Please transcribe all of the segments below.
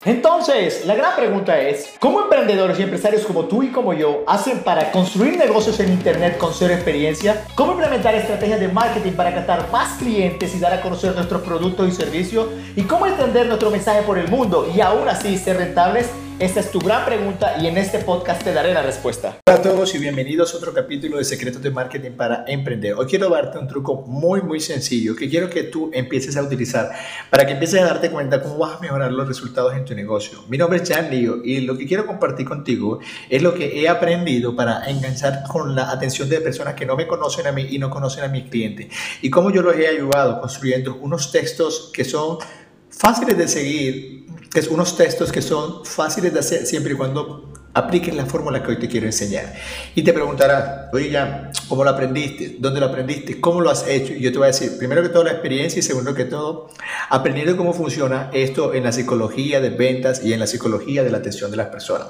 Entonces, la gran pregunta es, ¿cómo emprendedores y empresarios como tú y como yo hacen para construir negocios en Internet con cero experiencia? ¿Cómo implementar estrategias de marketing para captar más clientes y dar a conocer nuestros productos y servicios? ¿Y cómo extender nuestro mensaje por el mundo y aún así ser rentables? Esta es tu gran pregunta y en este podcast te daré la respuesta. Hola a todos y bienvenidos a otro capítulo de Secretos de Marketing para Emprender. Hoy quiero darte un truco muy sencillo que quiero que tú empieces a utilizar para que empieces a darte cuenta cómo vas a mejorar los resultados en tu negocio. Mi nombre es Jan Lío y lo que quiero compartir contigo es lo que he aprendido para enganchar con la atención de personas que no me conocen a mí y no conocen a mis clientes y cómo yo los he ayudado construyendo unos textos que son fáciles de seguir, unos textos que son fáciles de hacer siempre y cuando apliques la fórmula que hoy te quiero enseñar. Y te preguntarás, oye Jan, ¿cómo lo aprendiste? ¿Dónde lo aprendiste? ¿Cómo lo has hecho? Y yo te voy a decir, primero que todo la experiencia y segundo que todo, aprendiendo cómo funciona esto en la psicología de ventas y en la psicología de la atención de las personas.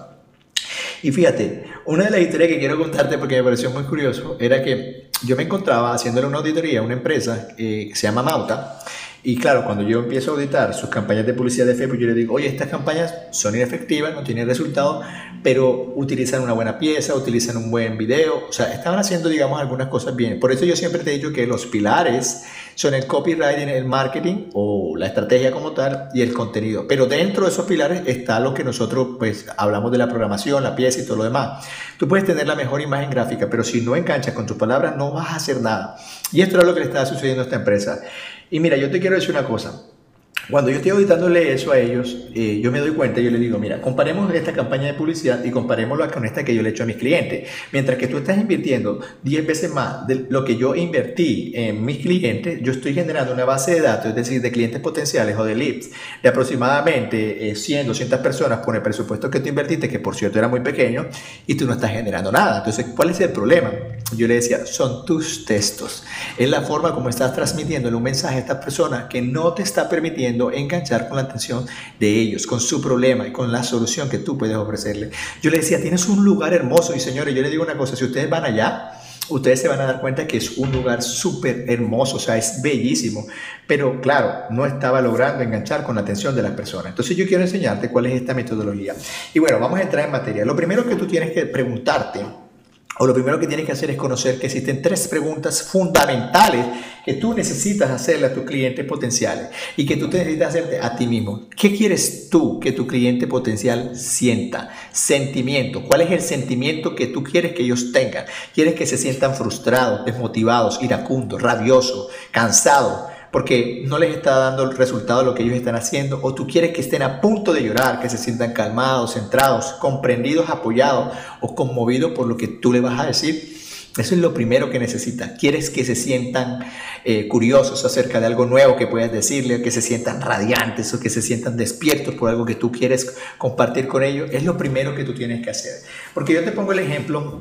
Y fíjate, una de las historias que quiero contarte porque me pareció muy curioso era que yo me encontraba haciéndole una auditoría a una empresa que se llama Mauta. Y claro, cuando yo empiezo a auditar sus campañas de publicidad de Facebook, yo le digo, oye, estas campañas son inefectivas, no tienen resultados, pero utilizan una buena pieza, utilizan un buen video, o sea, estaban haciendo, digamos, algunas cosas bien. Por eso yo siempre te he dicho que los pilares son el copywriting, el marketing o la estrategia como tal y el contenido. Pero dentro de esos pilares está lo que nosotros, pues, hablamos de la programación, la pieza y todo lo demás. Tú puedes tener la mejor imagen gráfica, pero si no enganchas con tus palabras, no vas a hacer nada. Y esto era lo que le estaba sucediendo a esta empresa. Y mira, yo te quiero decir una cosa. Cuando yo estoy auditándole eso a ellos, yo me doy cuenta y yo les digo, mira, comparemos esta campaña de publicidad y comparémosla con esta que yo le he hecho a mis clientes. Mientras que tú estás invirtiendo 10 veces más de lo que yo invertí en mis clientes, yo estoy generando una base de datos, es decir, de clientes potenciales o de leads, de aproximadamente 100, 200 personas por el presupuesto que tú invertiste, que por cierto era muy pequeño, y tú no estás generando nada. Entonces, ¿cuál es el problema? Yo le decía, son tus textos. Es la forma como estás transmitiendo un mensaje a esta persona que no te está permitiendo enganchar con la atención de ellos, con su problema y con la solución que tú puedes ofrecerle. Yo le decía, tienes un lugar hermoso y señores, yo les digo una cosa, si ustedes van allá, ustedes se van a dar cuenta que es un lugar súper hermoso, o sea, es bellísimo, pero claro, no estaba logrando enganchar con la atención de las personas. Entonces yo quiero enseñarte cuál es esta metodología. Y bueno, vamos a entrar en materia. Lo primero que tú tienes que preguntarte, o lo primero que tienes que hacer es conocer que existen 3 preguntas fundamentales que tú necesitas hacerle a tus clientes potenciales y que tú necesitas hacerte a ti mismo. ¿Qué quieres tú que tu cliente potencial sienta? Sentimiento. ¿Cuál es el sentimiento que tú quieres que ellos tengan? ¿Quieres que se sientan frustrados, desmotivados, iracundos, rabiosos, cansados? Porque no les está dando el resultado de lo que ellos están haciendo, o tú quieres que estén a punto de llorar, que se sientan calmados, centrados, comprendidos, apoyados o conmovidos por lo que tú le vas a decir. Eso es lo primero que necesitas. Quieres que se sientan curiosos acerca de algo nuevo que puedas decirle, que se sientan radiantes o que se sientan despiertos por algo que tú quieres compartir con ellos. Es lo primero que tú tienes que hacer. Porque yo te pongo el ejemplo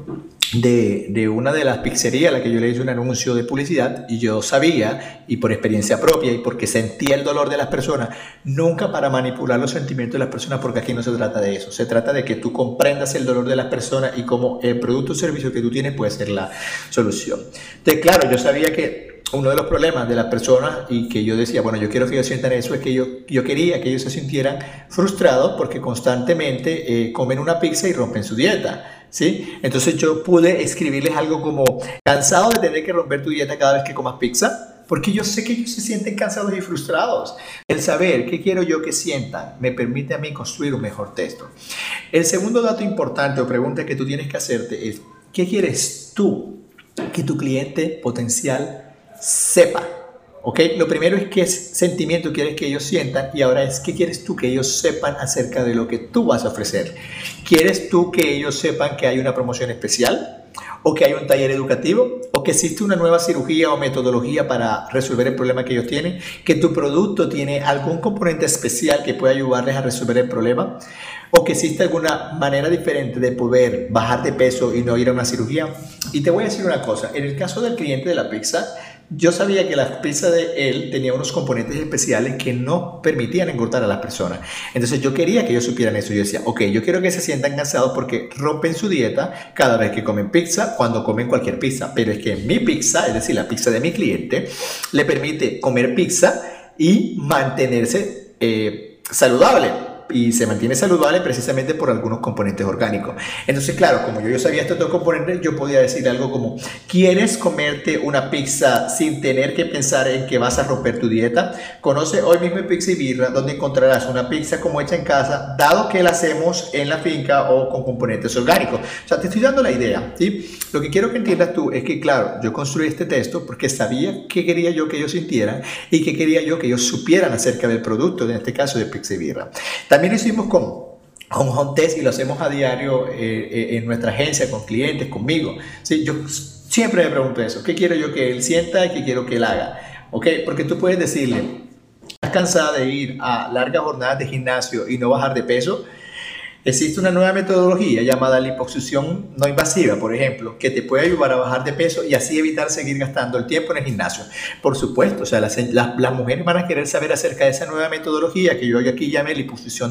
de una de las pizzerías a la que yo le hice un anuncio de publicidad y yo sabía, y por experiencia propia y porque sentía el dolor de las personas, nunca para manipular los sentimientos de las personas, porque aquí no se trata de eso. Se trata de que tú comprendas el dolor de las personas y cómo el producto o servicio que tú tienes puede ser la solución. Entonces, claro, yo sabía que uno de los problemas de las personas y que yo decía, bueno, yo quiero que ellos sientan eso, es que yo quería que ellos se sintieran frustrados porque constantemente comen una pizza y rompen su dieta. ¿Sí? Entonces yo pude escribirles algo como, cansado de tener que romper tu dieta cada vez que comas pizza, porque yo sé que ellos se sienten cansados y frustrados. El saber qué quiero yo que sientan me permite a mí construir un mejor texto. El segundo dato importante o pregunta que tú tienes que hacerte es, ¿qué quieres tú que tu cliente potencial sepa? ¿Ok? Lo primero es qué sentimiento quieres que ellos sientan y ahora es qué quieres tú que ellos sepan acerca de lo que tú vas a ofrecer. ¿Quieres tú que ellos sepan que hay una promoción especial? ¿O que hay un taller educativo? ¿O que existe una nueva cirugía o metodología para resolver el problema que ellos tienen? ¿Que tu producto tiene algún componente especial que pueda ayudarles a resolver el problema? ¿O que existe alguna manera diferente de poder bajar de peso y no ir a una cirugía? Y te voy a decir una cosa, en el caso del cliente de la pizza, yo sabía que la pizza de él tenía unos componentes especiales que no permitían engordar a las personas. Entonces yo quería que ellos supieran eso. Yo decía, ok, yo quiero que se sientan cansados porque rompen su dieta cada vez que comen pizza, cuando comen cualquier pizza. Pero es que mi pizza, es decir, la pizza de mi cliente, le permite comer pizza y mantenerse saludable. y se mantiene saludable precisamente por algunos componentes orgánicos. Entonces, claro, como yo sabía estos dos componentes, yo podía decir algo como: ¿quieres comerte una pizza sin tener que pensar en que vas a romper tu dieta? Conoce hoy mismo en Pizza y Birra, donde encontrarás una pizza como hecha en casa, dado que la hacemos en la finca o con componentes orgánicos. O sea, te estoy dando la idea, ¿sí? Lo que quiero que entiendas tú es que, claro, yo construí este texto porque sabía qué quería yo que ellos sintieran y qué quería yo que ellos supieran acerca del producto, en este caso de Pizza y Birra. También lo hicimos con un home test y lo hacemos a diario en nuestra agencia, con clientes, conmigo. ¿Sí? Yo siempre me pregunto eso: ¿qué quiero yo que él sienta y qué quiero que él haga? ¿Ok? Porque tú puedes decirle: ¿estás cansada de ir a largas jornadas de gimnasio y no bajar de peso? Existe una nueva metodología llamada liposucción no invasiva, por ejemplo, que te puede ayudar a bajar de peso y así evitar seguir gastando el tiempo en el gimnasio. Por supuesto, o sea, las mujeres van a querer saber acerca de esa nueva metodología que yo aquí llamé liposucción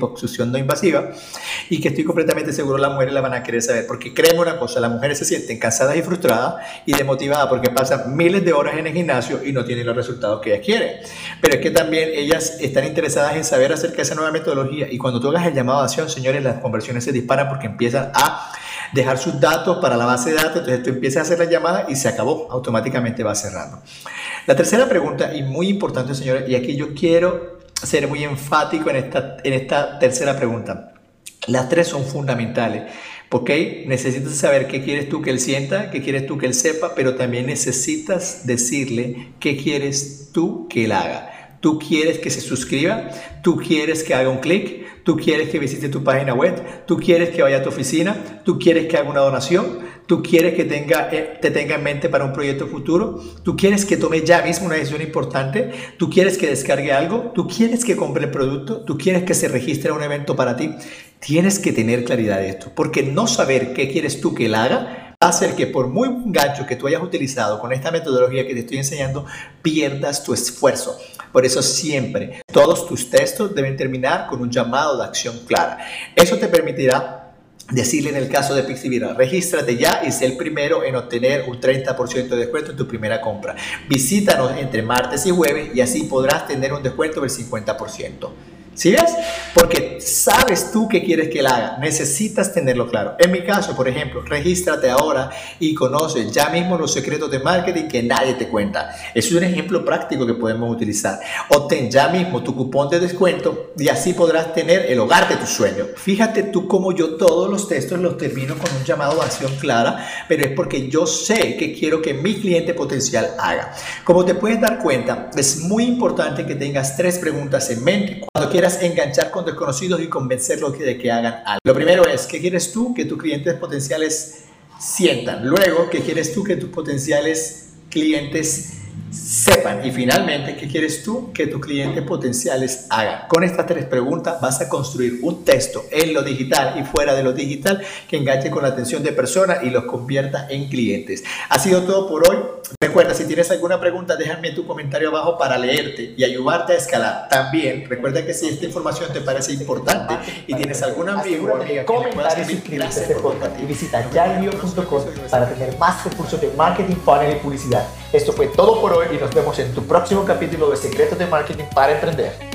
no invasiva, y que estoy completamente seguro las mujeres la van a querer saber, porque créeme una cosa: las mujeres se sienten cansadas y frustradas y desmotivadas porque pasan miles de horas en el gimnasio y no tienen los resultados que ellas quieren. Pero es que también ellas están interesadas en saber acerca de esa nueva metodología, y cuando tú hagas el llamado a acción, señores, las conversiones se disparan porque empiezan a dejar sus datos para la base de datos. Entonces tú empiezas a hacer la llamada y se acabó, automáticamente va cerrando. La tercera pregunta, y muy importante, señores, y aquí yo quiero ser muy enfático en esta tercera pregunta. Las tres son fundamentales, ¿ok? Necesitas saber qué quieres tú que él sienta, qué quieres tú que él sepa, pero también necesitas decirle qué quieres tú que él haga. ¿Tú quieres que se suscriba? ¿Tú quieres que haga un clic? ¿Tú quieres que visite tu página web? ¿Tú quieres que vaya a tu oficina? ¿Tú quieres que haga una donación? ¿Tú quieres que te tenga en mente para un proyecto futuro? ¿Tú quieres que tome ya mismo una decisión importante? ¿Tú quieres que descargue algo? ¿Tú quieres que compre el producto? ¿Tú quieres que se registre un evento para ti? Tienes que tener claridad de esto, porque no saber qué quieres tú que él haga va a hacer que, por muy gancho que tú hayas utilizado con esta metodología que te estoy enseñando, pierdas tu esfuerzo. Por eso siempre todos tus textos deben terminar con un llamado de acción clara. Eso te permitirá decirle, en el caso de Pizza y Birra: regístrate ya y sé el primero en obtener un 30% de descuento en tu primera compra. Visítanos entre martes y jueves y así podrás tener un descuento del 50%. ¿Sí ves? Porque sabes tú qué quieres que él haga. Necesitas tenerlo claro. En mi caso, por ejemplo, regístrate ahora y conoce ya mismo los secretos de marketing que nadie te cuenta. Es un ejemplo práctico que podemos utilizar. Obtén ya mismo tu cupón de descuento y así podrás tener el hogar de tus sueños. Fíjate tú cómo yo todos los textos los termino con un llamado a acción clara, pero es porque yo sé que quiero que mi cliente potencial haga. Como te puedes dar cuenta, es muy importante que tengas tres preguntas en mente cuando quieras enganchar con desconocidos y convencerlos de que hagan algo. Lo primero es: ¿qué quieres tú que tus clientes potenciales sientan? Luego, ¿qué quieres tú que tus potenciales clientes sepan? Y finalmente, ¿qué quieres tú que tus clientes potenciales hagan? Con estas tres preguntas vas a construir un texto en lo digital y fuera de lo digital que enganche con la atención de personas y los convierta en clientes. Ha sido todo por hoy. Recuerda, si tienes alguna pregunta, déjame tu comentario abajo para leerte y ayudarte a escalar. También recuerda que si esta información te parece importante y tienes algún amigo o amiga que le pueda servir, gracias por compartir. Y visita yaelio.com para tener más recursos de marketing, funnel y publicidad. Esto fue todo por hoy y nos vemos en tu próximo capítulo de Secretos de Marketing para Emprender.